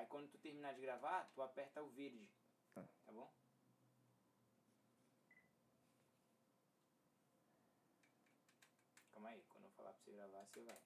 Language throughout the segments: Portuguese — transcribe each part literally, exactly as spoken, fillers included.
quando tu terminar de gravar, tu aperta o verde. Tá. Tá bom? Calma aí, quando eu falar pra você gravar, você vai.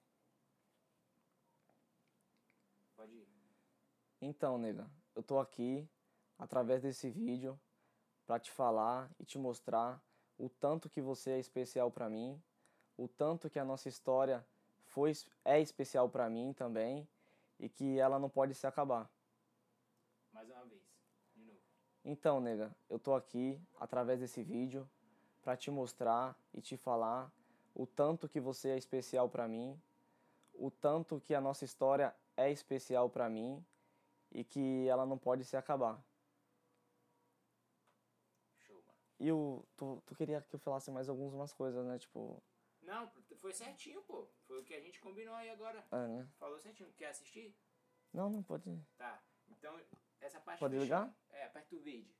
Pode ir. Então, nega, eu tô aqui, através desse vídeo, pra te falar e te mostrar o tanto que você é especial pra mim, o tanto que a nossa história foi, é especial pra mim também e que ela não pode se acabar. Mais uma vez, de novo. Então, nega, eu tô aqui, através desse vídeo, pra te mostrar e te falar o tanto que você é especial pra mim, o tanto que a nossa história é especial pra mim e que ela não pode se acabar. Show, mano. E o, tu, tu queria que eu falasse mais algumas coisas, né? Tipo... Não, foi certinho, pô. Foi o que a gente combinou aí agora. É, né? Falou certinho. Quer assistir? Não, não pode... Tá. Então, essa parte Pode fechou. ligar? É, aperta o vídeo.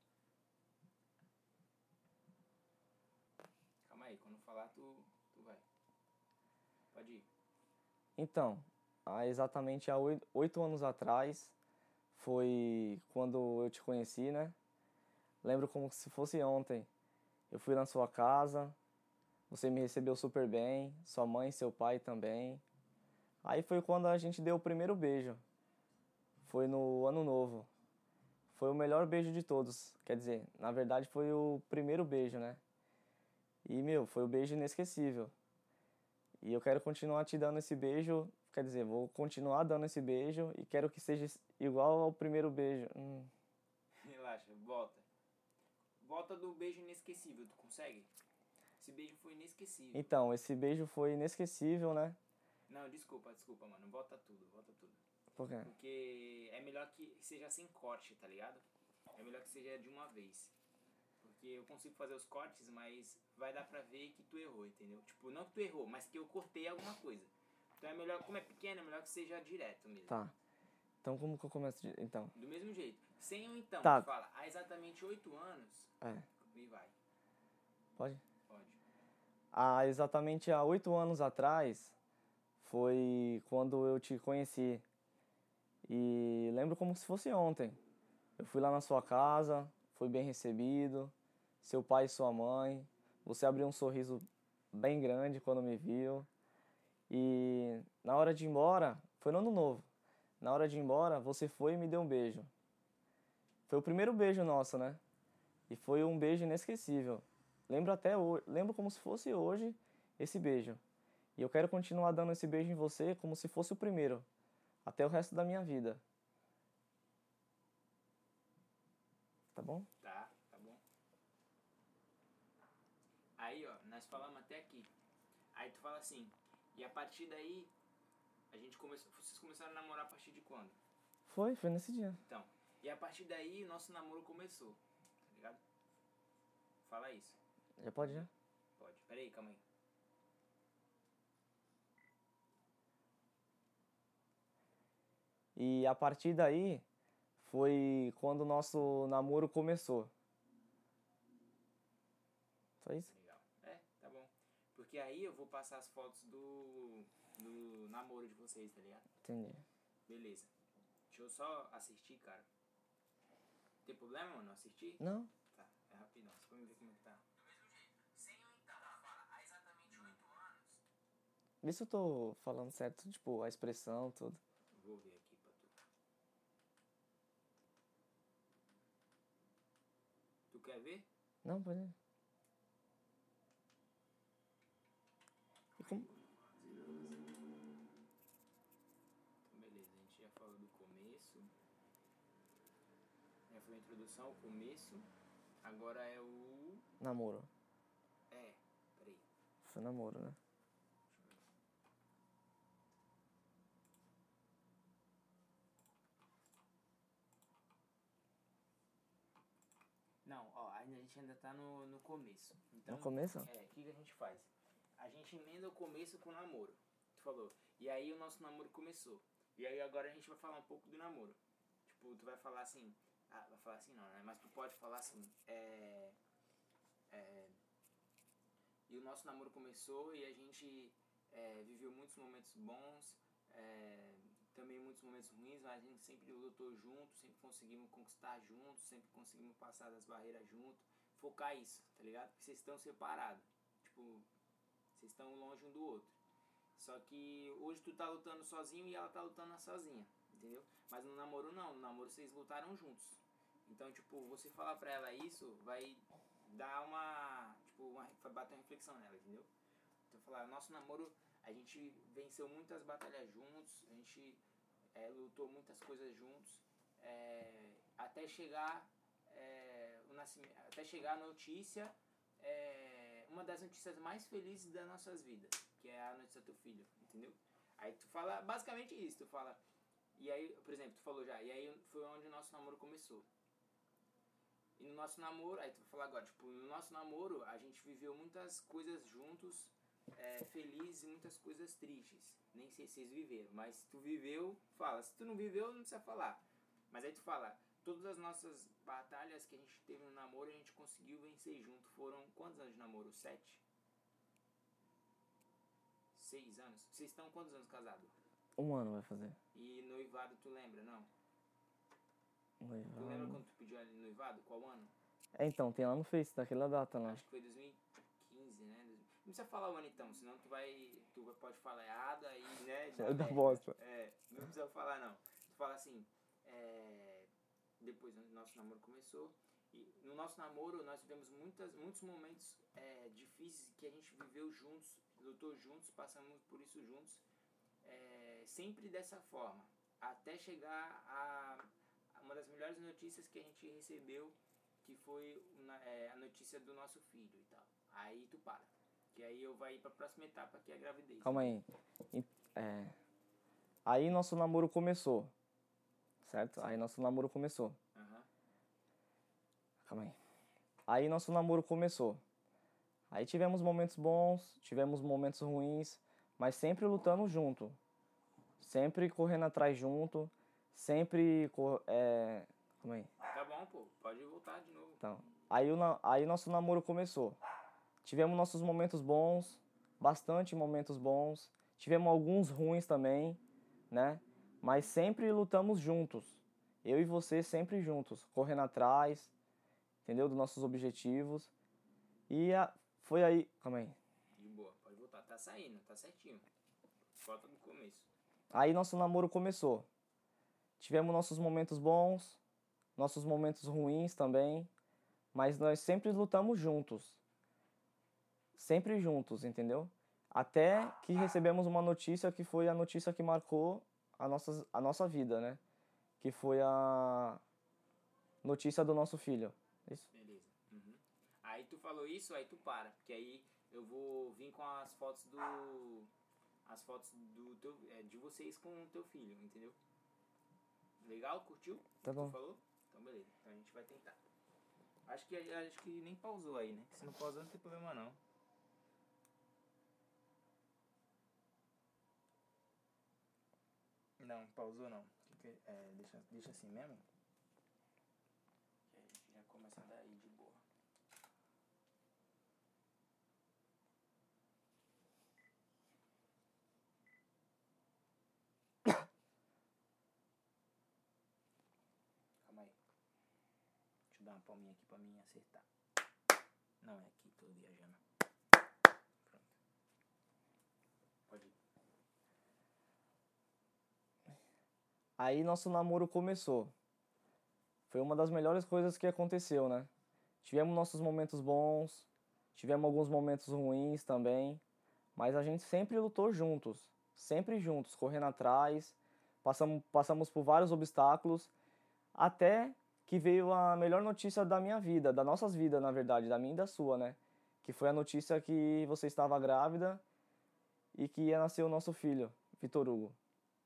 Calma aí, quando falar, tu, tu vai. Pode ir. Então, há exatamente há oito, oito anos atrás, foi quando eu te conheci, né? Lembro como se fosse ontem. Eu fui na sua casa, você me recebeu super bem, sua mãe, seu pai também. Aí foi quando a gente deu o primeiro beijo. Foi no ano novo. Foi o melhor beijo de todos. Quer dizer, na verdade foi o primeiro beijo, né? E, meu, foi um beijo inesquecível. E eu quero continuar te dando esse beijo, quer dizer, vou continuar dando esse beijo e quero que seja igual ao primeiro beijo. Hum. Relaxa, volta. Volta do beijo inesquecível, tu consegue? Esse beijo foi inesquecível. Então, esse beijo foi inesquecível, né? Não, desculpa, desculpa, mano. Volta tudo, volta tudo. Por quê? Porque é melhor que seja sem corte, tá ligado? É melhor que seja de uma vez. Porque eu consigo fazer os cortes, mas vai dar pra ver que tu errou, entendeu? Tipo, não que tu errou, mas que eu cortei alguma coisa. Então é melhor, como é pequeno, é melhor que seja direto mesmo. Tá. Então como que eu começo? De... Então. Do mesmo jeito. Sem o então, Tá. tu fala, há exatamente oito anos. É. E vai. Pode? Pode. Há exatamente há oito anos atrás foi quando eu te conheci. E lembro como se fosse ontem. Eu fui lá na sua casa, fui bem recebido, seu pai e sua mãe. Você abriu um sorriso bem grande quando me viu. E na hora de ir embora, foi no ano novo. Na hora de ir embora, você foi e me deu um beijo. Foi o primeiro beijo nosso, né? E foi um beijo inesquecível. Lembro até hoje, lembro como se fosse hoje esse beijo. E eu quero continuar dando esse beijo em você como se fosse o primeiro, até o resto da minha vida. Tá bom? Tá, tá bom. Aí, ó, nós falamos até aqui. Aí tu fala assim, e a partir daí, a gente começou, vocês começaram a namorar a partir de quando? Foi, foi nesse dia. Então, e a partir daí, nosso namoro começou, tá ligado? Fala isso. Já pode, já? Pode. Pera aí, calma aí. E a partir daí, foi quando o nosso namoro começou. Só isso? Legal. É, tá bom. Porque aí eu vou passar as fotos do, do namoro de vocês, tá ligado? Entendi. Beleza. Deixa eu só assistir, cara. Tem problema, mano, assistir? Não. Tá, é rapidão. Só pra me ver como é que tá. Do mesmo jeito. Sem o então. Fala, há exatamente oito anos. Vê se eu tô falando certo, tipo, a expressão, tudo. Vou ver aqui pra tu. Tu quer ver? Não, pode ir. E como... Então, beleza. A gente já falou do começo. Já foi a introdução, o começo. Agora é o... Namoro. É, peraí. Foi namoro, né? Não, ó, a gente ainda tá no, no começo. Então, No começo? É, o que, que a gente faz? A gente emenda o começo com o namoro. Tu falou. E aí o nosso namoro começou. E aí agora a gente vai falar um pouco do namoro. Tipo, tu vai falar assim... Ah, vai falar assim não, né? Mas tu pode falar assim... É... É... E o nosso namoro começou e a gente é, viveu muitos momentos bons. É, também muitos momentos ruins, mas a gente sempre lutou junto, sempre conseguimos conquistar juntos, sempre conseguimos passar das barreiras junto. Focar isso, tá ligado? Porque vocês estão separados. Tipo, vocês estão longe um do outro. Só que hoje tu tá lutando sozinho e ela tá lutando sozinha, entendeu? Mas no namoro não, no namoro vocês lutaram juntos. Então, tipo, você falar pra ela isso vai dar uma, tipo, uma, vai bater uma reflexão nela, entendeu? Então, falar, nosso namoro, a gente venceu muitas batalhas juntos, a gente é, lutou muitas coisas juntos, é, até chegar é, o nascimento, até chegar a notícia, é, uma das notícias mais felizes das nossas vidas, que é a notícia do teu filho, entendeu? Aí tu fala basicamente isso, tu fala, e aí, por exemplo, tu falou já, e aí foi onde o nosso namoro começou. E no nosso namoro, aí tu vai falar agora, tipo, no nosso namoro a gente viveu muitas coisas juntos, é, felizes e muitas coisas tristes. Nem sei se vocês viveram, mas se tu viveu, fala. Se tu não viveu, não precisa falar. Mas aí tu fala, todas as nossas batalhas que a gente teve no namoro, a gente conseguiu vencer junto. Foram quantos anos de namoro? Sete? Seis anos? Vocês estão quantos anos casados? Um ano vai fazer. E noivado, tu lembra, não? Noivado. Tu lembra quando tu pediu ali noivado? Qual ano? É, então, tem lá no Face, daquela data lá. Acho que foi dois mil e quinze, né? Não precisa falar o ano então, senão tu vai. Tu pode falar errado aí, né? É da bosta. É, não precisa falar não. Tu fala assim, é, depois o nosso namoro começou. E no nosso namoro nós tivemos muitas, muitos momentos é, difíceis que a gente viveu juntos, lutou juntos, passamos por isso juntos. É, sempre dessa forma. Até chegar a, a uma das melhores notícias que a gente recebeu, que foi na, é, a notícia do nosso filho e tal. Aí tu para. Que aí eu vou ir pra próxima etapa, que é a gravidez. Calma aí. É... Aí nosso namoro começou. Certo? Aí nosso namoro começou. Uhum. Calma aí. Aí nosso namoro começou. Aí tivemos momentos bons, tivemos momentos ruins, mas sempre lutando junto. Sempre correndo atrás junto. Sempre... É... Calma aí. Tá bom, pô. Pode voltar de novo. Então, aí, o, aí nosso namoro começou. Tivemos nossos momentos bons, bastante momentos bons. Tivemos alguns ruins também, né? Mas sempre lutamos juntos. Eu e você sempre juntos, correndo atrás, entendeu? Dos nossos objetivos. E a, foi aí... Calma aí. De boa, pode voltar. Tá saindo, tá certinho. Volta do começo. Aí nosso namoro começou. Tivemos nossos momentos bons, nossos momentos ruins também. Mas nós sempre lutamos juntos. Sempre juntos, entendeu? Até que recebemos uma notícia que foi a notícia que marcou a nossa, a nossa vida, né? Que foi a notícia do nosso filho. Isso? Beleza. Uhum. Aí tu falou isso, aí tu para. Porque aí eu vou vir com as fotos do... As fotos do teu, é, de vocês com o teu filho, entendeu? Legal? Curtiu? Tá bom. Tu falou? Então beleza. Então a gente vai tentar. Acho que, acho que nem pausou aí, né? Se não pausou não tem problema não. Não, pausou não. É, deixa, deixa assim mesmo. Que aí a gente já começa daí de boa. Calma aí. Deixa eu dar uma palminha aqui pra mim acertar. Não, é aqui, tô viajando. Pronto. Pode ir. Aí nosso namoro começou. Foi uma das melhores coisas que aconteceu, né? Tivemos nossos momentos bons, tivemos alguns momentos ruins também, mas a gente sempre lutou juntos, sempre juntos, correndo atrás, passamos, passamos por vários obstáculos, até que veio a melhor notícia da minha vida, das nossas vidas, na verdade, da minha e da sua, né? Que foi a notícia que você estava grávida e que ia nascer o nosso filho, Vitor Hugo.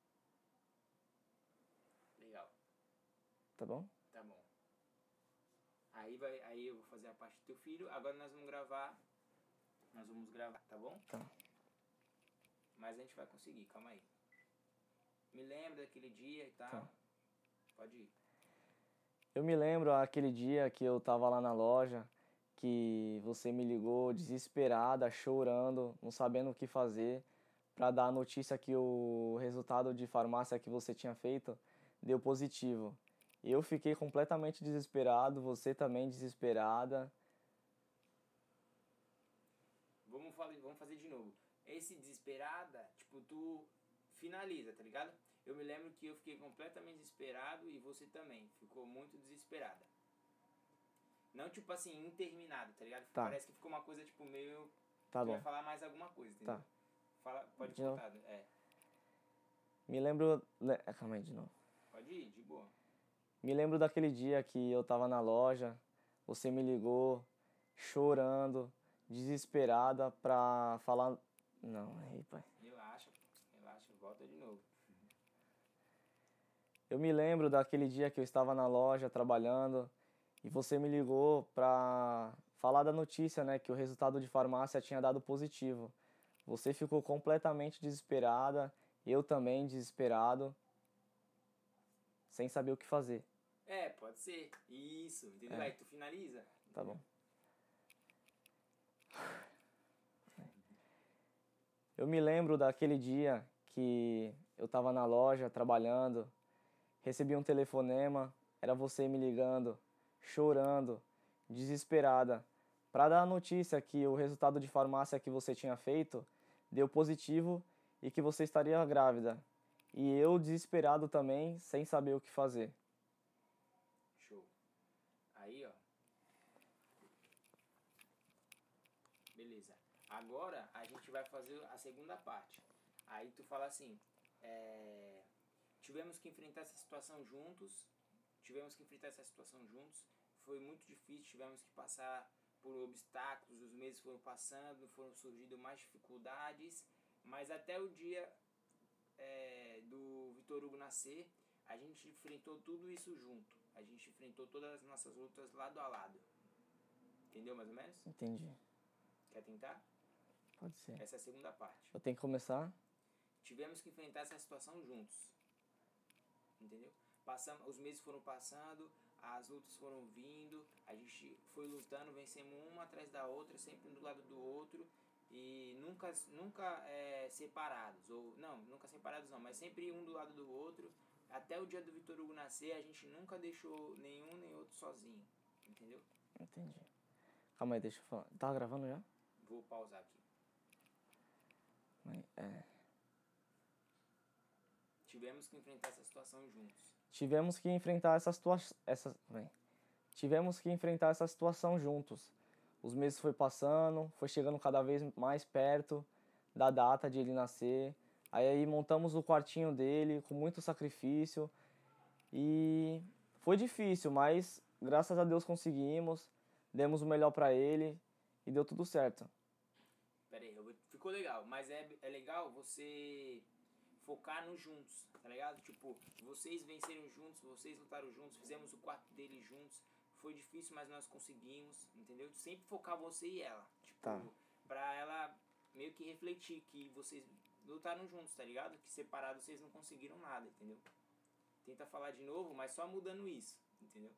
Legal. Tá bom? Tá bom. Aí, vai, aí eu vou fazer a parte do teu filho. Agora nós vamos gravar. Nós vamos gravar, tá bom? Tá. Mas a gente vai conseguir, calma aí. Me lembra daquele dia e tal. Tá. Pode ir. Eu me lembro aquele dia que eu tava lá na loja, que você me ligou desesperada, chorando, não sabendo o que fazer, para dar a notícia que o resultado de farmácia que você tinha feito deu positivo. Eu fiquei completamente desesperado, você também desesperada. Vamos, falar, vamos fazer de novo. Esse desesperada, tipo, tu finaliza, tá ligado? Eu me lembro que eu fiquei completamente desesperado e você também ficou muito desesperada. Não, tipo assim, interminado, tá ligado? Tá. Parece que ficou uma coisa, tipo, meio... Tá tu bom. vai falar mais alguma coisa, entendeu? Tá. Fala, pode De novo. contar, é. Me lembro... le- Calma aí de novo. Pode ir, de boa. Me lembro daquele dia que eu tava na loja, você me ligou, chorando, desesperada pra falar... Não, aí, pai. Relaxa, relaxa, volta de novo. Eu me lembro daquele dia que eu estava na loja trabalhando e você me ligou pra falar da notícia, né, que o resultado de farmácia tinha dado positivo. Você ficou completamente desesperada, eu também desesperado, sem saber o que fazer. É, pode ser. Isso, entendeu? É. Aí tu finaliza. Tá bom. Eu me lembro daquele dia que eu estava na loja trabalhando, recebi um telefonema, era você me ligando, chorando, desesperada, para dar a notícia que o resultado de farmácia que você tinha feito deu positivo e que você estaria grávida. E eu desesperado também, sem saber o que fazer. Show. Aí, ó. Beleza. Agora a gente vai fazer a segunda parte. Aí tu fala assim, é... tivemos que enfrentar essa situação juntos, tivemos que enfrentar essa situação juntos, foi muito difícil, tivemos que passar por obstáculos, os meses foram passando, foram surgindo mais dificuldades, mas até o dia é, do Vitor Hugo nascer, a gente enfrentou tudo isso junto, a gente enfrentou todas as nossas lutas lado a lado. Entendeu mais ou menos? Entendi. Quer tentar? Pode ser. Essa é a segunda parte. Eu tenho que começar? Tivemos que enfrentar essa situação juntos. Entendeu? Passamos, os meses foram passando, as lutas foram vindo, a gente foi lutando, vencemos uma atrás da outra, sempre um do lado do outro e nunca, nunca é, separados, ou não, nunca separados não, mas sempre um do lado do outro. Até o dia do Vitor Hugo nascer, a gente nunca deixou nenhum nem outro sozinho, entendeu? Entendi. Calma aí, deixa eu falar. Tá gravando já? Vou pausar aqui. É. Tivemos que enfrentar essa situação juntos. Tivemos que enfrentar essa situação... Essa... Bem, tivemos que enfrentar essa situação juntos. Os meses foi passando, foi chegando cada vez mais perto da data de ele nascer. Aí, aí montamos o quartinho dele com muito sacrifício. E foi difícil, mas graças a Deus conseguimos. Demos o melhor pra ele e deu tudo certo. Pera aí, eu vou... ficou legal, mas é, é legal você focar nos juntos, tá ligado? Tipo, vocês venceram juntos, vocês lutaram juntos, fizemos o quarto dele juntos. Foi difícil, mas nós conseguimos, entendeu? Sempre focar você e ela. Tipo, Tá. Pra ela meio que refletir que vocês lutaram juntos, tá ligado? Que separados vocês não conseguiram nada, entendeu? Tenta falar de novo, mas só mudando isso, entendeu?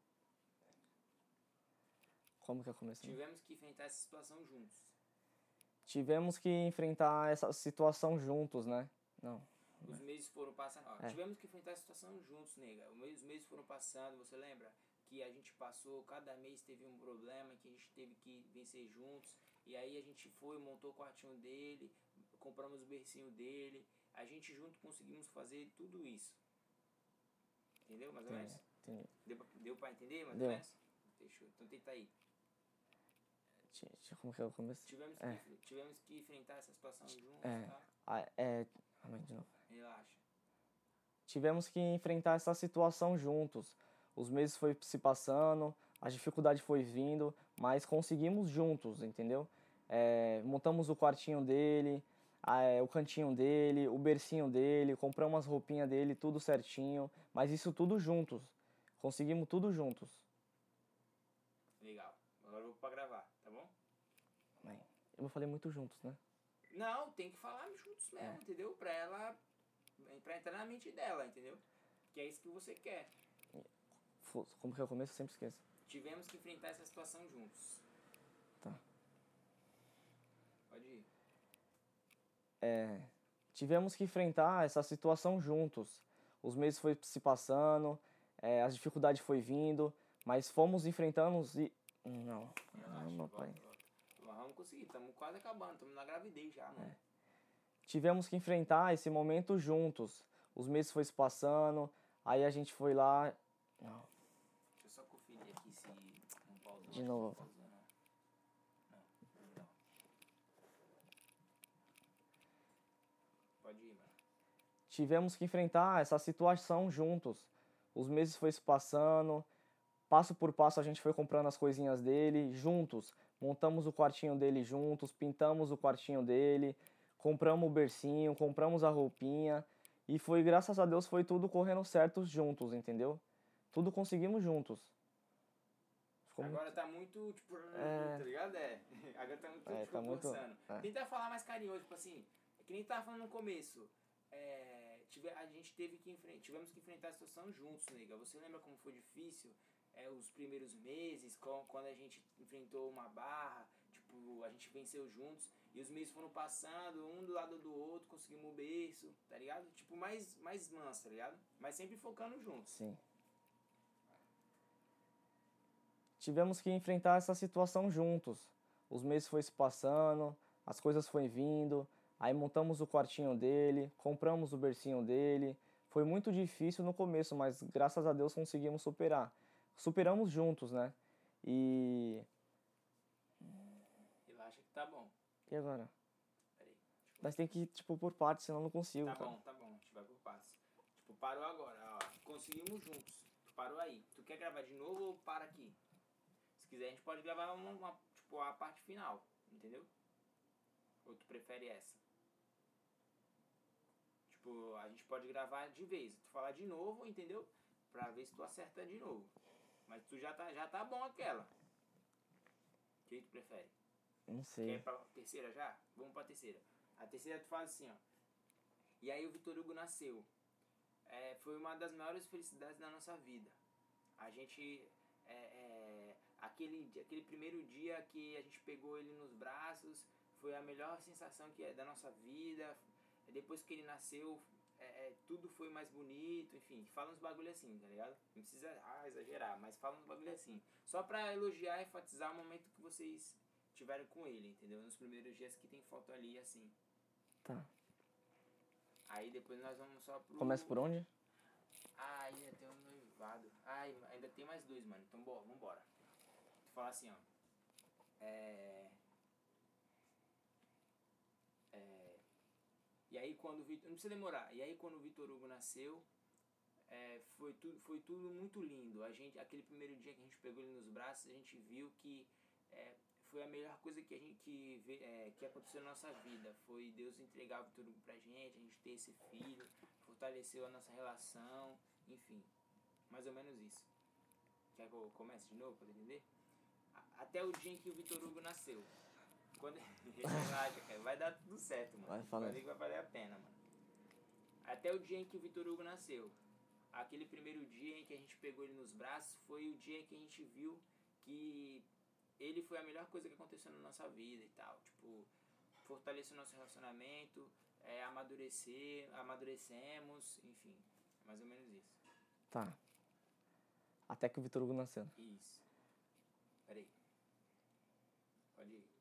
Como que eu comecei? Tivemos que enfrentar essa situação juntos. Tivemos que enfrentar essa situação juntos, né? Não. Os meses foram passando. Ó, É. Tivemos que enfrentar a situação juntos, nega. Os meses foram passando, você lembra? Que a gente passou, cada mês teve um problema, que a gente teve que vencer juntos. E aí a gente foi, montou o quartinho dele, compramos o bercinho dele. A gente junto conseguimos fazer tudo isso. Entendeu, mais ou menos? Entendi. Deu pra, deu pra entender, mais Deu. ou menos? Fechou. Então tenta aí. Ti- ti- Como que eu comecei? Tivemos, É. que, tivemos que enfrentar essa situação juntos, É. tá? Ah, é... Calma aí de novo. Relaxa. Tivemos que enfrentar essa situação juntos. Os meses foi se passando, a dificuldade foi vindo, mas conseguimos juntos, entendeu? É, montamos o quartinho dele, a- é, o cantinho dele, o bercinho dele, compramos as roupinhas dele, tudo certinho, mas isso tudo juntos. Conseguimos tudo juntos. Legal. Agora eu vou pra gravar, tá bom? Bem, eu falei muito juntos, né? Não, tem que falar juntos mesmo, É. entendeu? Pra ela, pra entrar na mente dela, entendeu? Que é isso que você quer. Fu- Como que eu começo, eu sempre esqueço. Tivemos que enfrentar essa situação juntos. Tá. Pode ir. É, tivemos que enfrentar essa situação juntos. Os meses foi se passando, é, as dificuldades foi vindo, mas fomos enfrentando e... Não, Relaxa, meu volta, pai. volta. Vamos conseguir, estamos quase acabando, estamos na gravidez já, mano. É. Tivemos que enfrentar esse momento juntos. Os meses foi se passando, aí a gente foi lá... Não. Deixa eu só conferir aqui se não pausou. De novo. Não pausou, não. Não, não. Pode ir, mano. Tivemos que enfrentar essa situação juntos. Os meses foi se passando, passo por passo a gente foi comprando as coisinhas dele juntos. Montamos o quartinho dele juntos, pintamos o quartinho dele, compramos o bercinho, compramos a roupinha. E foi, graças a Deus, foi tudo correndo certo juntos, entendeu? Tudo conseguimos juntos. Ficou Agora muito... tá muito, tipo, É. tá ligado? É. Agora tá muito, É, tipo, tá muito- forçando. é. Tenta falar mais carinhoso, tipo assim, é que nem tava falando no começo. É, tive, a gente teve que enfrentar, tivemos que enfrentar a situação juntos, nega. Você lembra como foi difícil é, os primeiros meses, com, quando a gente enfrentou uma barra, tipo, a gente venceu juntos, e os meses foram passando, um do lado do outro, conseguimos o berço, tá ligado? Tipo, mais, mais manso, tá ligado? Mas sempre focando juntos. Sim. Tivemos que enfrentar essa situação juntos. Os meses foi se passando, as coisas foi vindo, aí montamos o quartinho dele, compramos o bercinho dele. Foi muito difícil no começo, mas graças a Deus conseguimos superar. Superamos juntos, né? E... Relaxa que tá bom. E agora? Peraí. Tipo, Nós tem que ir, tipo, por partes, senão eu não consigo, Tá cara. bom, tá bom, a gente vai por passos. Tipo, parou agora, ó. Conseguimos juntos. Tu parou aí. Tu quer gravar de novo ou para aqui? Se quiser, a gente pode gravar uma, uma, tipo, a parte final, entendeu? Ou tu prefere essa? Tipo, a gente pode gravar de vez. Tu falar de novo, entendeu? Pra ver se tu acerta de novo. Mas tu já tá, já tá bom aquela. O que tu prefere? Não Quer sei. ir pra terceira já? Vamos pra terceira. A terceira tu faz assim, ó. E aí o Vitor Hugo nasceu. É, foi uma das maiores felicidades da nossa vida. A gente... É, é, aquele, aquele primeiro dia que a gente pegou ele nos braços foi a melhor sensação que é da nossa vida. Depois que ele nasceu, é, é, tudo foi mais bonito. Enfim, fala uns bagulho assim, tá ligado? Não precisa ah, exagerar, mas fala uns bagulho assim. Só pra elogiar e enfatizar o momento que vocês tiveram com ele, entendeu? Nos primeiros dias que tem foto ali, assim. Tá. Aí depois nós vamos só pro... Começa por onde? Ah, ainda tem um noivado. Ah, ainda tem mais dois, mano. Então, bora, vambora. Tu fala assim, ó. É... É... E aí quando o Vitor... Não precisa demorar. E aí quando o Vitor Hugo nasceu, é, foi, tudo, foi tudo muito lindo. A gente, aquele primeiro dia que a gente pegou ele nos braços, a gente viu que... É, foi a melhor coisa que, a gente, que, é, que aconteceu na nossa vida. Foi Deus entregar o Vitor Hugo pra gente, a gente ter esse filho, fortaleceu a nossa relação, enfim, mais ou menos isso. Quer que eu comece de novo pra entender? Até o dia em que o Vitor Hugo nasceu. Quando... Relaxa, cara, vai dar tudo certo, mano. Vai, fala aí. Vai, vai valer a pena, mano. Até o dia em que o Vitor Hugo nasceu. Aquele primeiro dia em que a gente pegou ele nos braços foi o dia em que a gente viu que ele foi a melhor coisa que aconteceu na nossa vida e tal. Tipo, fortalecer o nosso relacionamento, é, amadurecer, amadurecemos, enfim, mais ou menos isso. Tá. Até que o Vitor Hugo nasceu. Isso. Peraí. Pode ir.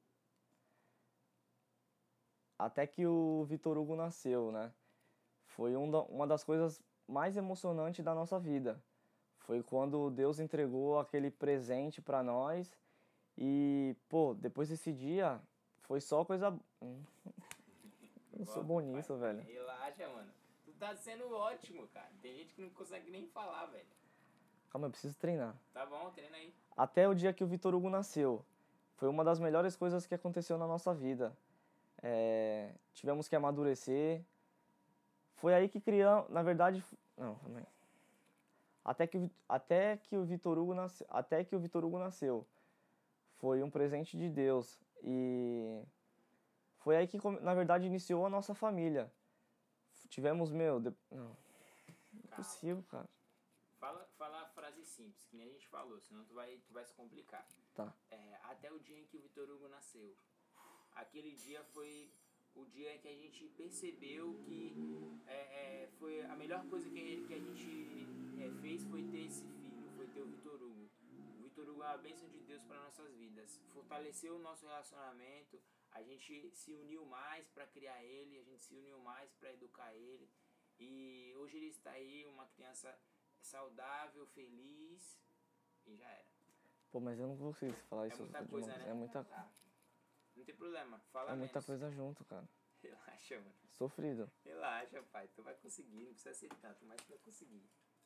Até que o Vitor Hugo nasceu, né? Foi um da, uma das coisas mais emocionantes da nossa vida. Foi quando Deus entregou aquele presente pra nós. E, pô, depois desse dia, foi só coisa... Hum. Eu não sou bom nisso, pai, velho. Relaxa, mano. Tu tá sendo ótimo, cara. Tem gente que não consegue nem falar, velho. Calma, eu preciso treinar. Tá bom, treina aí. Até o dia que o Vitor Hugo nasceu. Foi uma das melhores coisas que aconteceu na nossa vida. É, tivemos que amadurecer. Foi aí que criamos... Na verdade... Não, calma aí. Até que, o- até que o Vitor Hugo nasceu. Até que o Vitor Hugo nasceu. Foi um presente de Deus. E foi aí que, na verdade, iniciou a nossa família. Tivemos, meu... De... Não, não Calma. consigo, cara. Fala, fala a frase simples, que nem a gente falou, senão tu vai, tu vai se complicar. Tá. É, até o dia em que o Vitor Hugo nasceu. Aquele dia foi o dia que a gente percebeu que é, é, foi a melhor coisa que, que a gente é, fez foi ter esse filho, foi ter o Vitor Hugo. O Vitor Hugo é uma bênção de Deus para nossas vidas. Fortaleceu o nosso relacionamento, a gente se uniu mais para criar ele, a gente se uniu mais para educar ele. E hoje ele está aí, uma criança saudável, feliz, e já era. Pô, mas eu não consigo falar É isso. muita de coisa, uma... né? É muita, Tá. Não tem problema, fala é menos. muita coisa junto, cara. Relaxa, mano. Sofrido. Relaxa, pai. Tu vai conseguir, não precisa ser tanto, mas tu vai conseguir.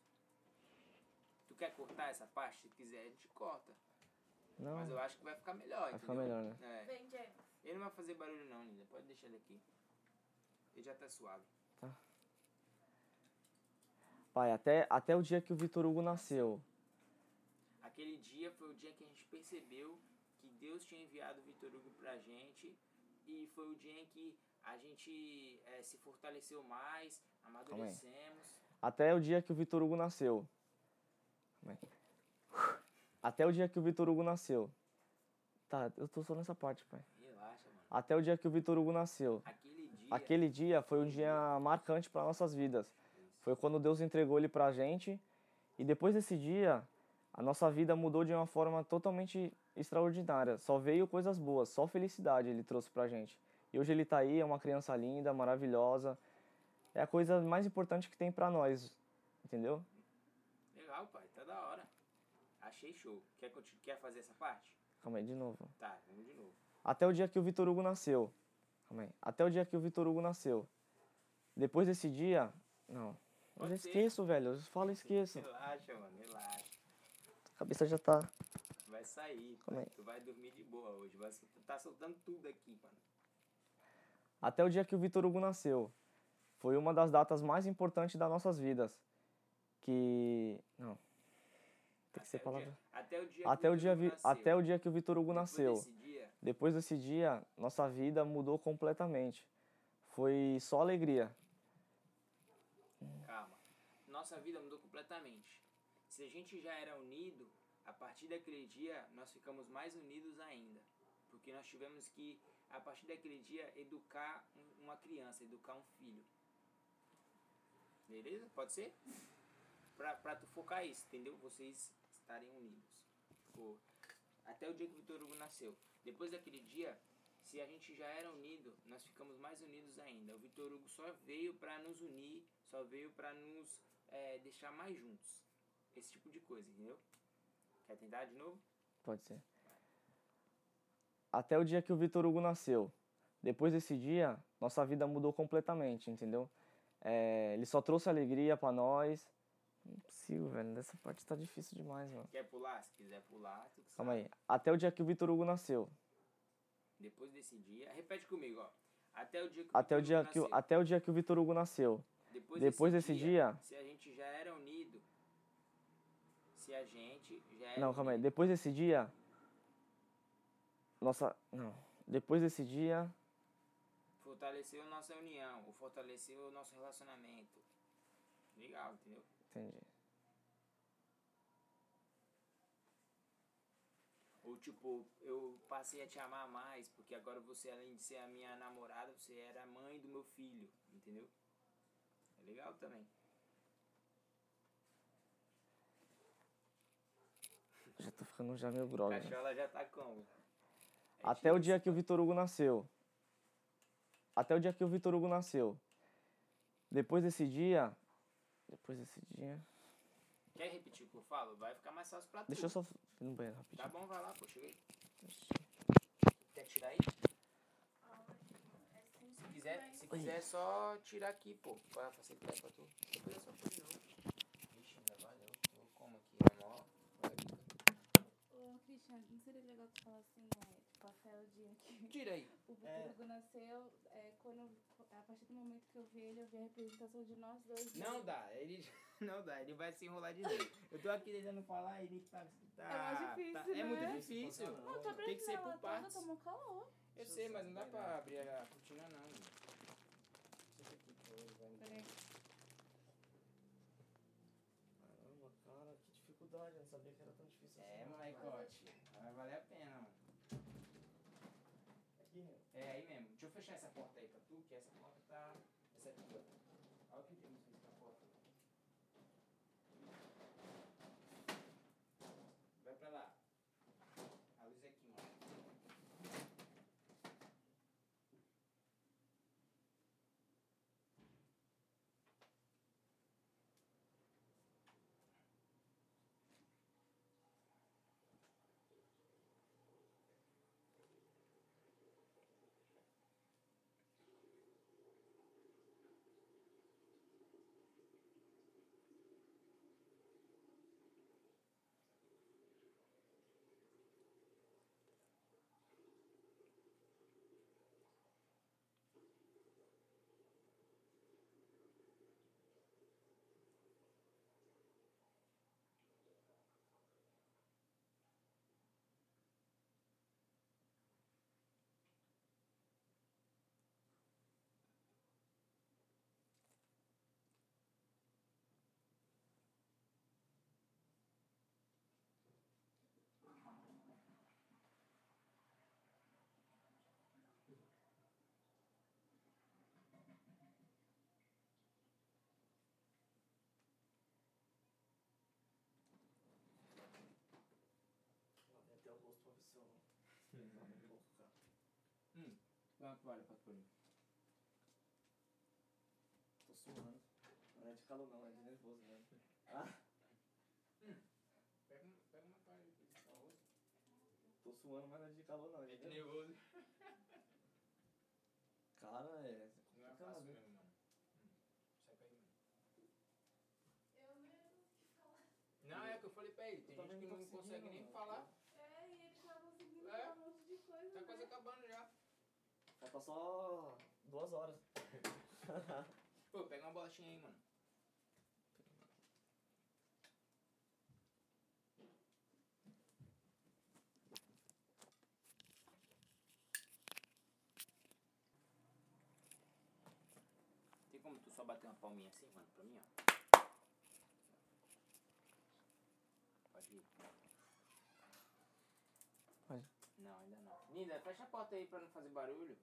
Tu quer cortar essa parte? Se quiser, a gente corta. Não, Mas eu acho que vai ficar melhor, vai entendeu? ficar melhor, né? É. Vem, James. Ele não vai fazer barulho não, Linda. Pode deixar ele aqui. Ele já tá suave. Tá. Pai, até, até o dia que o Vitor Hugo nasceu. Aquele dia foi o dia que a gente percebeu que Deus tinha enviado o Vitor Hugo pra gente. E foi o dia em que a gente é, se fortaleceu mais, amadurecemos. Até o dia que o Vitor Hugo nasceu. Até o dia que o Vitor Hugo nasceu. Tá, eu tô só nessa parte, pai. Relaxa, mano. Até o dia que o Vitor Hugo nasceu. Aquele dia... Aquele dia foi um dia marcante para nossas vidas. Foi quando Deus entregou ele pra gente. E depois desse dia, a nossa vida mudou de uma forma totalmente extraordinária. Só veio coisas boas, só felicidade ele trouxe pra gente. E hoje ele tá aí, é uma criança linda, maravilhosa. É a coisa mais importante que tem pra nós, entendeu? Legal, pai. Tá da hora. Achei show. Quer, continu- quer fazer essa parte? Calma aí, de novo. Tá, vamos de novo. Até o dia que o Vitor Hugo nasceu. Calma aí. Até o dia que o Vitor Hugo nasceu. Depois desse dia... Não. Eu já Pode ser. esqueço, velho. Eu falo e esqueço. Relaxa, mano. Relaxa. A cabeça já tá... Vai sair. Calma pai. aí. Tu vai dormir de boa hoje. Vai, sol- tá soltando tudo aqui, mano. Até o dia que o Vitor Hugo nasceu. Foi uma das datas mais importantes das nossas vidas. Que... Não. Tem que ser Até o palavra... dia- Até o dia Até o que dia, Vitor Hugo vi... nasceu. Até o dia que o Vitor Hugo Depois nasceu. desse dia, Depois desse dia, nossa vida mudou completamente. Foi só alegria. calma. Nossa vida mudou completamente. Se a gente já era unido, a partir daquele dia nós ficamos mais unidos ainda. Porque nós tivemos que, a partir daquele dia, educar um- uma criança, educar um filho. Beleza? Pode ser? Pra, pra tu focar isso, entendeu? Vocês estarem unidos. Pô, até o dia que o Vitor Hugo nasceu. Depois daquele dia, se a gente já era unido, nós ficamos mais unidos ainda. O Vitor Hugo só veio pra nos unir, só veio pra nos é, deixar mais juntos. Esse tipo de coisa, entendeu? Quer tentar de novo? Pode ser. Até o dia que o Vitor Hugo nasceu. Depois desse dia, nossa vida mudou completamente, entendeu? É, ele só trouxe alegria pra nós. Não consigo, velho. Dessa parte tá difícil demais, mano. Quer pular? Se quiser pular, tu que Calma sabe. aí. Até o dia que o Vitor Hugo nasceu. Depois desse dia, repete comigo, ó. Até o dia que o Até o Vitor dia Hugo que, o- nasceu. até o dia que o Vitor Hugo nasceu. Depois, Depois desse, desse dia, dia- se a gente já era unido, se a gente já era Não, calma aí. unido, Depois desse dia... Nossa... Não. Depois desse dia... fortaleceu nossa união, ou fortaleceu o nosso relacionamento. Legal, entendeu? Entendi. Ou tipo, eu passei a te amar mais, porque agora você, além de ser a minha namorada, você era a mãe do meu filho, entendeu? É legal também. Já tô ficando já meio grogue, A né? cachola já tá como? É Até tipo o dia isso, que o Vitor Hugo nasceu. Até o dia que o Vitor Hugo nasceu. Depois desse dia... Depois desse dia... Quer repetir o que eu falo? Vai ficar mais fácil pra tu. Deixa eu só ir no banheiro Tá rapidinho. bom, vai lá, pô, chega aí. Quer tirar aí? Se quiser, se quiser é só tirar aqui, pô. Pra facilitar pra tu. Depois é só pôr de novo. Ixi, ainda valeu. Tô como aqui, é mó. Ô, Cristiano, não seria legal tu falar assim, é, tipo, até o dia que Tira aí. o Vitor Hugo nasceu, é, quando, a partir do momento que eu vi ele, eu vi a representação de nós dois. Não dá, ele não dá, ele vai se enrolar de novo. Eu tô aqui tentando falar, ele tá. tá É mais difícil, tá- É né? muito difícil. Não, tô Tem que ser abrindo por ela toda, partes. tomou calor. Eu sei, mas não dá pra abrir a cortina não. Isso aqui, pô, vai me- Peraí. Caramba, cara, que dificuldade. Eu não sabia que era tão difícil É, assim. molecote. Vai valer a pena, mano. conseguindo. É aí mesmo. Deixa eu fechar essa porta aí pra tu, que essa porta tá... Essa aqui, ó. Olha o que temos feito na porta. Vai pra lá. A luz é aqui, mano. Lavei até o rosto pra ver se eu não tava um pouco, cara. Hum. Dá uma toalha pra tu ali. Tô suando. Não é de calor não, é de nervoso mesmo. Ah, Pega, um, pega uma toalha aí pra limpar o rosto. tô suando, mas não é de calor não, é de É de nervoso. nervoso. Cara, é Não é complicado, fácil hein? mesmo, mano. Hum. Seca aí, mano. Eu não ia conseguir falar. Não, é o que eu falei pra ele. Tem Eu gente também que não não tô consegue conseguindo, nem mano. falar. É, e ele tá conseguindo É. falar um monte de coisa, Tá né? quase acabando já. Falta só duas horas. Pô, pega uma bolachinha aí, mano. Tem como tu só bater uma palminha assim, mano, pra mim, ó? Pode ir. Pode. Não, ainda não. Linda, fecha a porta aí pra não fazer barulho.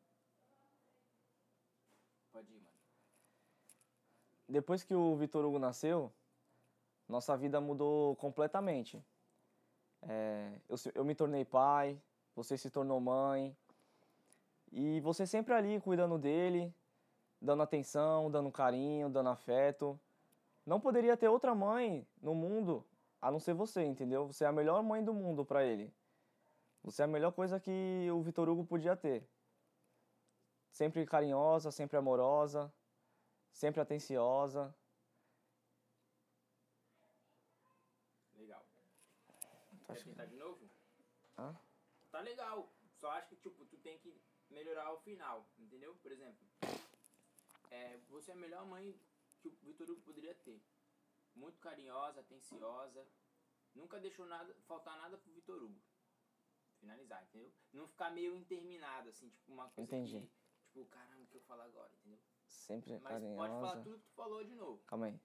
Pode ir, mano. Depois que o Vitor Hugo nasceu, nossa vida mudou completamente. É, eu, se- eu me tornei pai, você se tornou mãe, e você sempre ali cuidando dele, dando atenção, dando carinho, dando afeto. Não poderia ter outra mãe no mundo a não ser você, entendeu? Você é a melhor mãe do mundo para ele. Você é a melhor coisa que o Vitor Hugo podia ter. Sempre carinhosa, sempre amorosa, sempre atenciosa. Legal. Tá Quer tentar de novo? Hã? Tá legal. Só acho que, tipo, tu tem que melhorar o final, entendeu? Por exemplo, é, você é a melhor mãe que o Vitor Hugo poderia ter. Muito carinhosa, atenciosa. Nunca deixou nada, faltar nada pro Vitor Hugo. Finalizar, entendeu? Não ficar meio interminado, assim, tipo, uma coisa Entendi. que... Tipo, caramba, o que eu falo agora, entendeu? Sempre Mas pode carinhosa. falar tudo que tu falou de novo. Calma aí.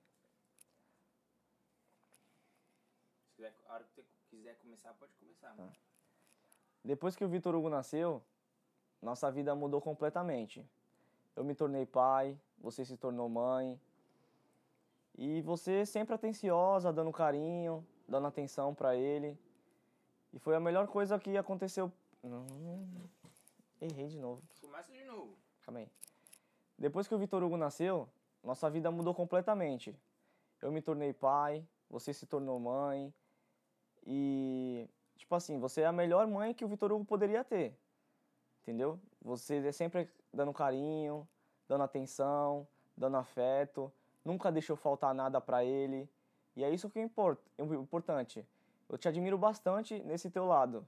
Se quiser, a hora que tu quiser começar, pode começar, mano. Depois que o Vitor Hugo nasceu, nossa vida mudou completamente. Eu me tornei pai, você se tornou mãe. E você sempre atenciosa, dando carinho, dando atenção pra ele. E foi a melhor coisa que aconteceu. Não, errei de novo. Começa de novo. Calma aí. Depois que o Vitor Hugo nasceu, nossa vida mudou completamente. Eu me tornei pai, você se tornou mãe. E, tipo assim, você é a melhor mãe que o Vitor Hugo poderia ter. Entendeu? Você é sempre dando carinho, dando atenção, dando afeto. Nunca deixou faltar nada pra ele. E é isso que é import- importante. Eu te admiro bastante nesse teu lado.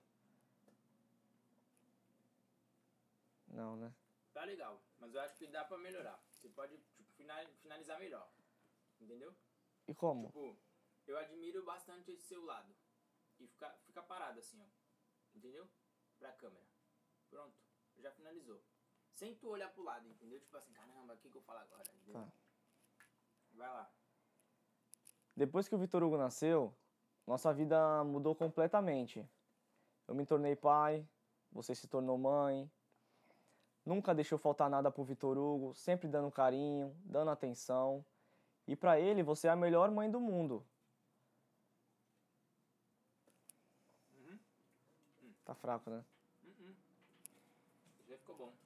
Não, né? Tá legal, mas eu acho que dá pra melhorar. Você pode, tipo, final- finalizar melhor. Entendeu? E como? Tipo, eu admiro bastante esse seu lado. E fica, fica parado assim, ó. Entendeu? Pra câmera. Pronto. Já finalizou. Sem tu olhar pro lado, entendeu? Tipo assim, caramba, o que, que eu falo agora? Entendeu? Tá. Vai lá. Depois que o Vitor Hugo nasceu, nossa vida mudou completamente. Eu me tornei pai, você se tornou mãe. nunca deixou faltar nada pro Vitor Hugo, sempre dando carinho, dando atenção. E pra ele, você é a melhor mãe do mundo. Uhum. Hum. Tá fraco, né? Uhum. Já ficou bom.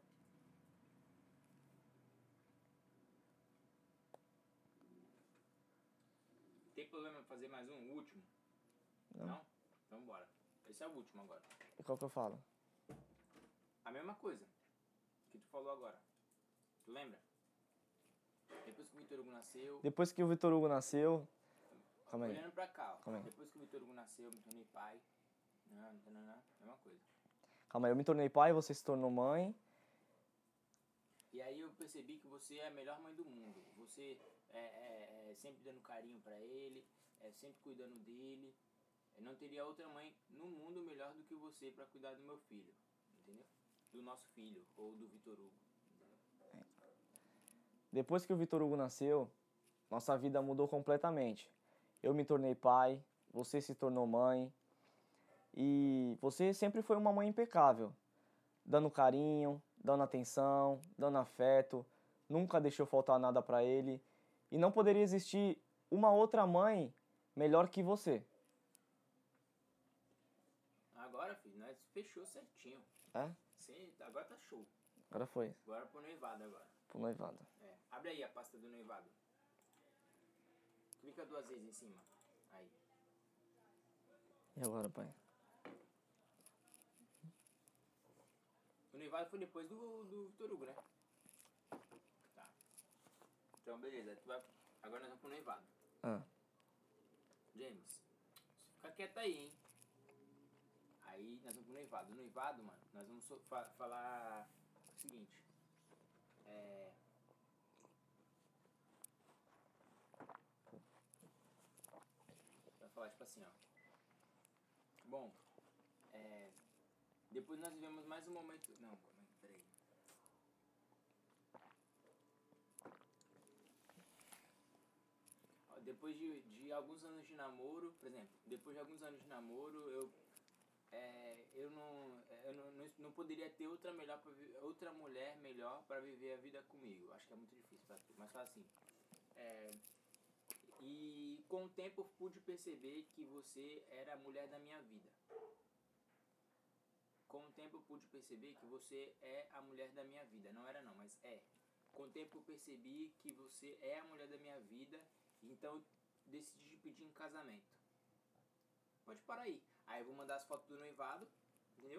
Tem problema em fazer mais um, o último? Não. Não? Então bora. Esse é o último agora. E qual que eu falo? A mesma coisa que tu falou agora. Tu lembra? Depois que o Vitor Hugo nasceu... Depois que o Vitor Hugo nasceu... Calma aí. Olhando pra cá, ó. Calma aí. Depois que o Vitor Hugo nasceu, eu me tornei pai. Não, não, não, não. Mesma coisa. Calma aí, eu me tornei pai, você se tornou mãe. E aí eu percebi que você é a melhor mãe do mundo. Você é, é, é sempre dando carinho pra ele, é sempre cuidando dele. Eu não teria outra mãe no mundo melhor do que você pra cuidar do meu filho, entendeu? Do nosso filho, ou do Vitor Hugo. Entendeu? Depois que o Vitor Hugo nasceu, nossa vida mudou completamente. Eu me tornei pai, você se tornou mãe. E você sempre foi uma mãe impecável. Dando carinho, dando atenção, dando afeto. Nunca deixou faltar nada pra ele. E não poderia existir uma outra mãe melhor que você. Agora, filho, nós fechou certinho. É? Sim, agora tá show. Agora foi. Agora pro noivado agora. Pro noivado. É. Abre aí a pasta do noivado. Clica duas vezes em cima. Aí. E agora, pai? O noivado foi depois do, do Vitor Hugo, né? Tá. Então, beleza. Tu vai... Agora nós vamos pro noivado. Ah. James, fica quieto aí, hein? Aí nós vamos pro noivado. O noivado, mano, nós vamos so- fa- falar o seguinte. É... Vai falar tipo assim, ó. Bom, é... depois nós vivemos mais um momento... Não, calma aí, peraí. Ó, depois de, de alguns anos de namoro, por exemplo, depois de alguns anos de namoro, eu... É, eu não, eu não, não, não poderia ter outra, melhor pra vi- outra mulher melhor para viver a vida comigo. Acho que é muito difícil pra tu, mas fala assim. É, e com o tempo eu pude perceber que você era a mulher da minha vida. Com o tempo eu pude perceber que você é a mulher da minha vida. Não era não, mas é. Com o tempo eu percebi que você é a mulher da minha vida, então eu decidi pedir em casamento. Pode parar aí. Aí eu vou mandar as fotos do noivado, entendeu?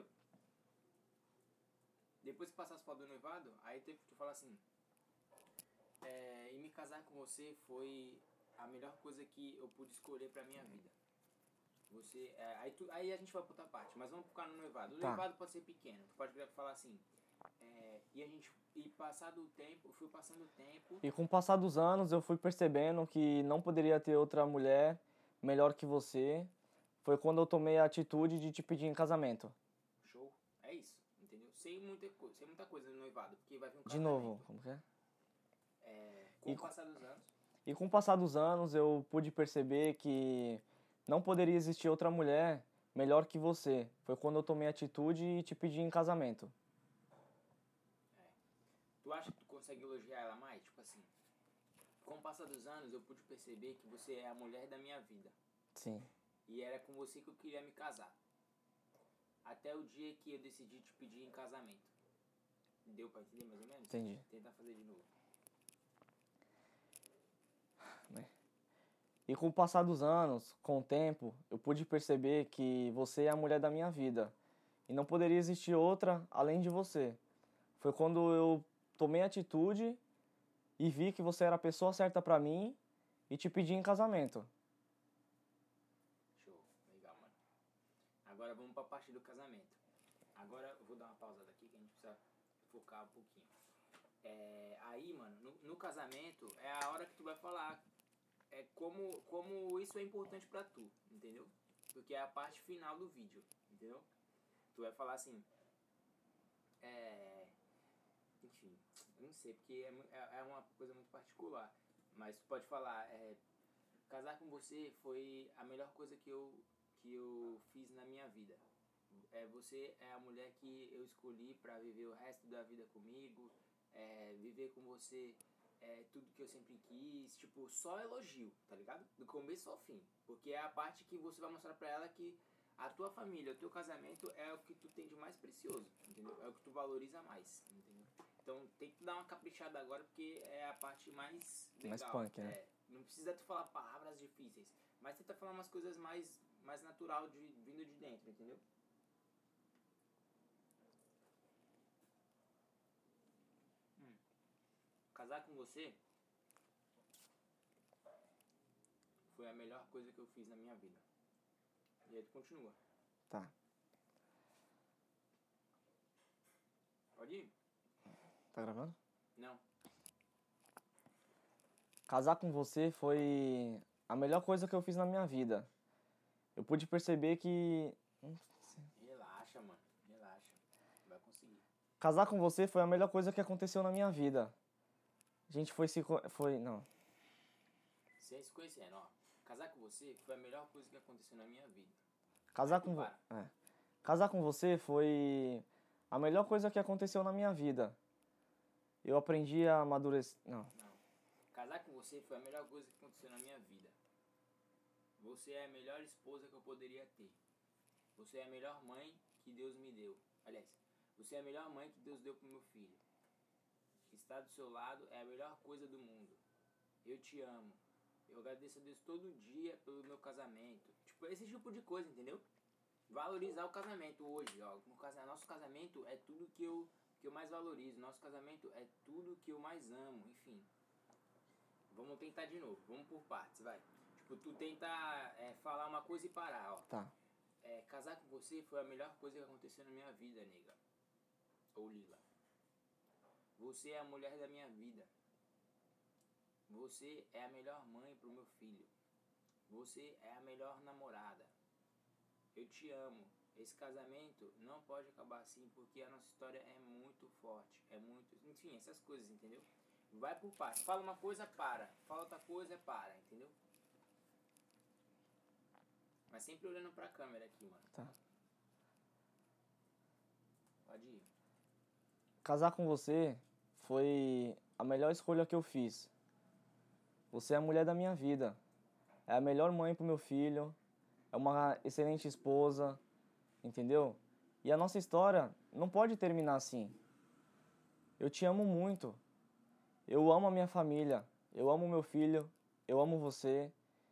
Depois que passar as fotos do noivado, aí tu, tu fala assim, é, e me casar com você foi a melhor coisa que eu pude escolher pra minha vida. Você, é, aí, tu, aí a gente vai pra outra parte, mas vamos focar no noivado. O Tá. noivado pode ser pequeno, tu pode falar assim, é, e a gente, e passado o tempo, eu fui passando o tempo, E com o passar dos anos, eu fui percebendo que não poderia ter outra mulher melhor que você. Foi quando eu tomei a atitude de te pedir em casamento. show, é isso, entendeu? Sei muita, co- sei muita coisa no noivado, porque vai vir um De casamento. novo, como que é? É, com E o co- passar dos anos, E com o passar dos anos, eu pude perceber que não poderia existir outra mulher melhor que você. Foi quando eu tomei a atitude e te pedi em casamento. tu acha que tu consegue elogiar ela mais? Tipo assim, com o passar dos anos eu pude perceber que você é a mulher da minha vida. Sim. E era com você que eu queria me casar. Até o dia que eu decidi te pedir em casamento. Deu pra entender mais ou menos? Entendi. Tentar fazer de novo. E com o passar dos anos, com o tempo, eu pude perceber que você é a mulher da minha vida. E não poderia existir outra além de você. Foi quando eu tomei a atitude e vi que você era a pessoa certa pra mim e te pedi em casamento. Show. Legal, mano. Agora vamos pra parte do casamento. Agora eu vou dar uma pausada aqui que a gente precisa focar um pouquinho. É, aí, mano, no, no casamento é a hora que tu vai falar é como, como isso é importante pra tu, entendeu? Porque é a parte final do vídeo, entendeu? Tu vai falar assim, é... Enfim, eu não sei, porque é, mu- é é uma coisa muito particular. Mas tu pode falar, é... Casar com você foi a melhor coisa que eu, que eu fiz na minha vida. É, você é a mulher que eu escolhi pra viver o resto da vida comigo, é, viver com você é, tudo que eu sempre quis, tipo, só elogio, tá ligado? Do começo ao fim. Porque é a parte que você vai mostrar pra ela que a tua família, o teu casamento é o que tu tem de mais precioso, entendeu? É o que tu valoriza mais, entendeu? Então tem que dar uma caprichada agora porque é a parte mais legal. Mais punk, né? É, não precisa tu falar palavras difíceis, mas tenta falar umas coisas mais, mais natural de, vindo de dentro, entendeu? Hum. Casar com você foi a melhor coisa que eu fiz na minha vida. E aí tu continua. Tá. Pode ir? Tá gravando? Não. Casar com você foi a melhor coisa que eu fiz na minha vida. Eu pude perceber que... Relaxa, mano. Relaxa. Vai conseguir. Casar com você foi a melhor coisa que aconteceu na minha vida. A gente foi se... co- Foi... Não. Você se conhecendo, ó. Casar com você foi a melhor coisa que aconteceu na minha vida. Casar Aí tu com... vo- para. É. Casar com você foi a melhor coisa que aconteceu na minha vida. Eu aprendi a amadurecer... Não. Não. Casar com você foi a melhor coisa que aconteceu na minha vida. Você é a melhor esposa que eu poderia ter. Você é a melhor mãe que Deus me deu. Aliás, você é a melhor mãe que Deus deu pro meu filho. Estar do seu lado é a melhor coisa do mundo. Eu te amo. Eu agradeço a Deus todo dia pelo meu casamento. Tipo, esse tipo de coisa, entendeu? Valorizar o casamento hoje, ó. No casa- nosso casamento é tudo que eu, que eu mais valorizo. Nosso casamento é tudo que eu mais amo, enfim. Vamos tentar de novo. Vamos por partes, vai. Tipo, tu tenta é, falar uma coisa e parar, ó. Tá. É, casar com você foi a melhor coisa que aconteceu na minha vida, nega. Ou Lila. Você é a mulher da minha vida. Você é a melhor mãe pro meu filho. Você é a melhor namorada. Eu te amo. Esse casamento não pode acabar assim porque a nossa história é muito forte. É muito... Enfim, essas coisas, entendeu? Vai por partes. Fala uma coisa, para. Fala outra coisa, para, entendeu? Mas sempre olhando pra câmera aqui, mano. Tá. Pode ir. Casar com você foi a melhor escolha que eu fiz. Você é a mulher da minha vida. É a melhor mãe pro meu filho. É uma excelente esposa. Entendeu? E a nossa história não pode terminar assim. Eu te amo muito. Eu amo a minha família. Eu amo meu filho. Eu amo você.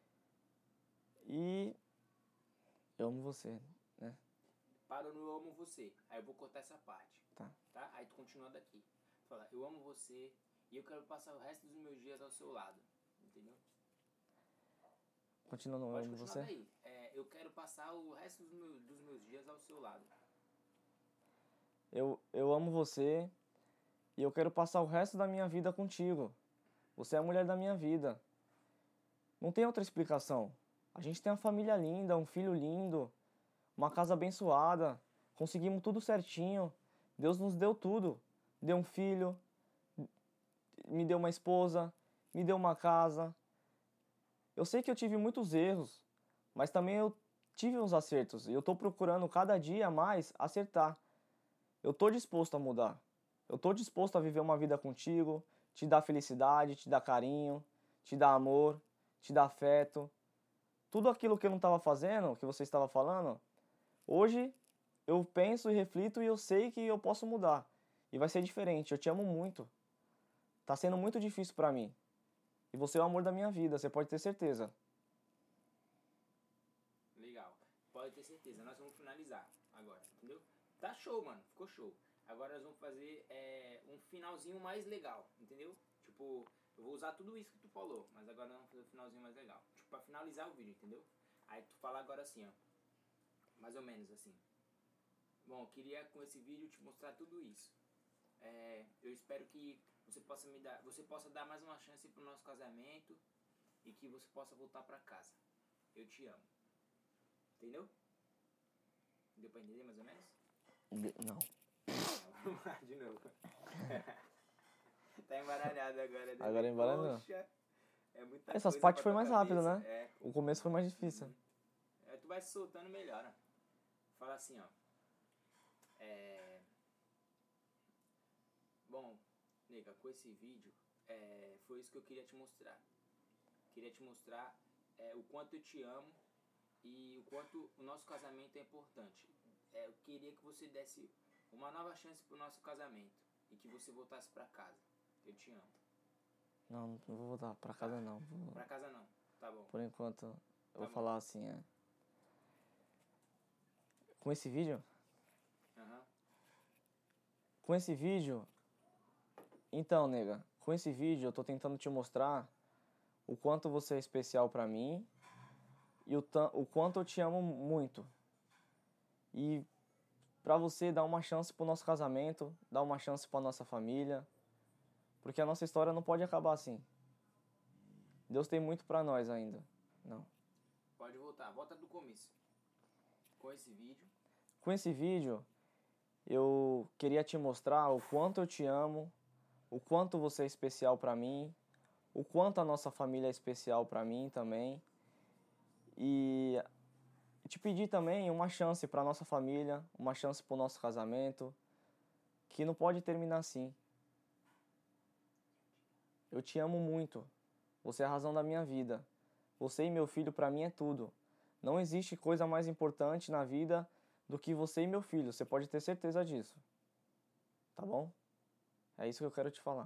E eu amo você, né? Para no eu amo você. Aí eu vou cortar essa parte. Tá. Tá? Aí tu continua daqui. Fala, eu amo você e eu quero passar o resto dos meus dias ao seu lado. Entendeu? Continuando, eu Pode amo continuar você. daí. É, eu quero passar o resto dos meus, dos meus dias ao seu lado. Eu, eu amo você e eu quero passar o resto da minha vida contigo. Você é a mulher da minha vida. Não tem outra explicação. A gente tem uma família linda, um filho lindo, uma casa abençoada. Conseguimos tudo certinho. Deus nos deu tudo. Deu um filho, me deu uma esposa, me deu uma casa. Eu sei que eu tive muitos erros, mas também eu tive uns acertos. E eu estou procurando cada dia mais acertar. Eu estou disposto a mudar. Eu estou disposto a viver uma vida contigo, te dar felicidade, te dar carinho, te dar amor, te dar afeto. Tudo aquilo que eu não estava fazendo, que você estava falando, hoje eu penso e reflito e eu sei que eu posso mudar. E vai ser diferente. Eu te amo muito. Tá sendo muito difícil pra mim. E você é o amor da minha vida, você pode ter certeza. Legal. Pode ter certeza. Nós vamos finalizar agora, entendeu? Tá show, mano. Ficou show. Agora nós vamos fazer é, um finalzinho mais legal, entendeu? Tipo, eu vou usar tudo isso que tu falou, mas agora nós vamos fazer um finalzinho mais legal. Tipo, pra finalizar o vídeo, entendeu? Aí tu fala agora assim, ó. Mais ou menos assim. Bom, eu queria com esse vídeo te mostrar tudo isso. É, eu espero que você possa me dar, você possa dar mais uma chance pro nosso casamento e que você possa voltar pra casa. Eu te amo. Entendeu? Deu pra entender mais ou menos? De- Não. Vamos lá, de novo. Tá embaralhado agora. Né? Agora embaralhou. Poxa, é muita Essas coisa partes pra foi tua mais rápido, cabeça. né? É. O começo foi mais difícil. É, tu vai se soltando melhor, ó. Fala assim, ó. É... Bom, nega, com esse vídeo, é... foi isso que eu queria te mostrar. Queria te mostrar é, o quanto eu te amo e o quanto o nosso casamento é importante. É, eu queria que você desse uma nova chance pro nosso casamento e que você voltasse pra casa. Eu te amo. Não, não vou voltar pra casa não. Vou... Pra casa não, tá bom. Por enquanto, eu Tá vou bom. falar assim, é. Com esse vídeo? Aham. Com esse vídeo... Então, nega, com esse vídeo eu tô tentando te mostrar o quanto você é especial pra mim e o, tan- o quanto eu te amo muito. E pra você dar uma chance pro nosso casamento, dar uma chance pra nossa família, porque a nossa história não pode acabar assim. Deus tem muito pra nós ainda. Não. Pode voltar, volta do começo. Com esse vídeo. Com esse vídeo, eu queria te mostrar o quanto eu te amo, o quanto você é especial pra mim, o quanto a nossa família é especial pra mim também. E te pedir também uma chance pra nossa família, uma chance pro nosso casamento, que não pode terminar assim. Eu te amo muito. Você é a razão da minha vida. Você e meu filho pra mim é tudo. Não existe coisa mais importante na vida do que você e meu filho. Você pode ter certeza disso. Tá bom? É isso que eu quero te falar.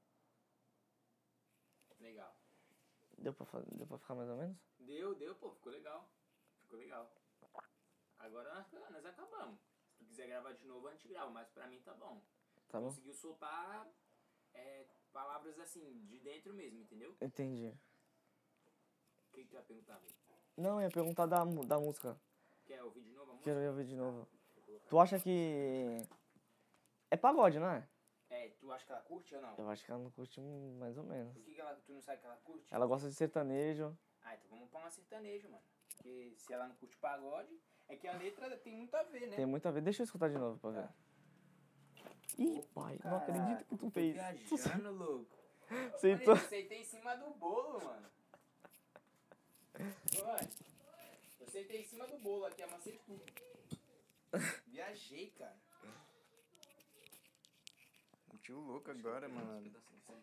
Legal. Deu pra, fa- deu pra ficar mais ou menos? Deu, deu, pô, ficou legal. Ficou legal. Agora nós, nós acabamos. Se tu quiser gravar de novo, a gente grava, mas pra mim tá bom. Tá bom? Conseguiu soltar é, palavras assim, de dentro mesmo, entendeu? Entendi. O que, que tu ia perguntar, amigo? Não, eu ia perguntar da, mu- da música. Quer ouvir de novo a música? Quero ouvir de novo. Vou colocar. Tu acha que... É pagode, não é? É, tu acha que ela curte ou não? Eu acho que ela não curte hum, mais ou menos. Por que, que ela, tu não sabe que ela curte? Ela gosta de sertanejo. Ah, então vamos pra uma sertanejo, mano. Porque se ela não curte pagode, é que a letra tem muito a ver, né? Tem muito a ver. Deixa eu escutar de novo pra ver. Ih, pai, não acredito que tu fez. Tô viajando, louco. Aceitou. Eu sentei em cima do bolo, mano. Giovanni, eu sentei em cima do bolo aqui, amassei tudo. Viajei, cara. Tio louco agora, mano.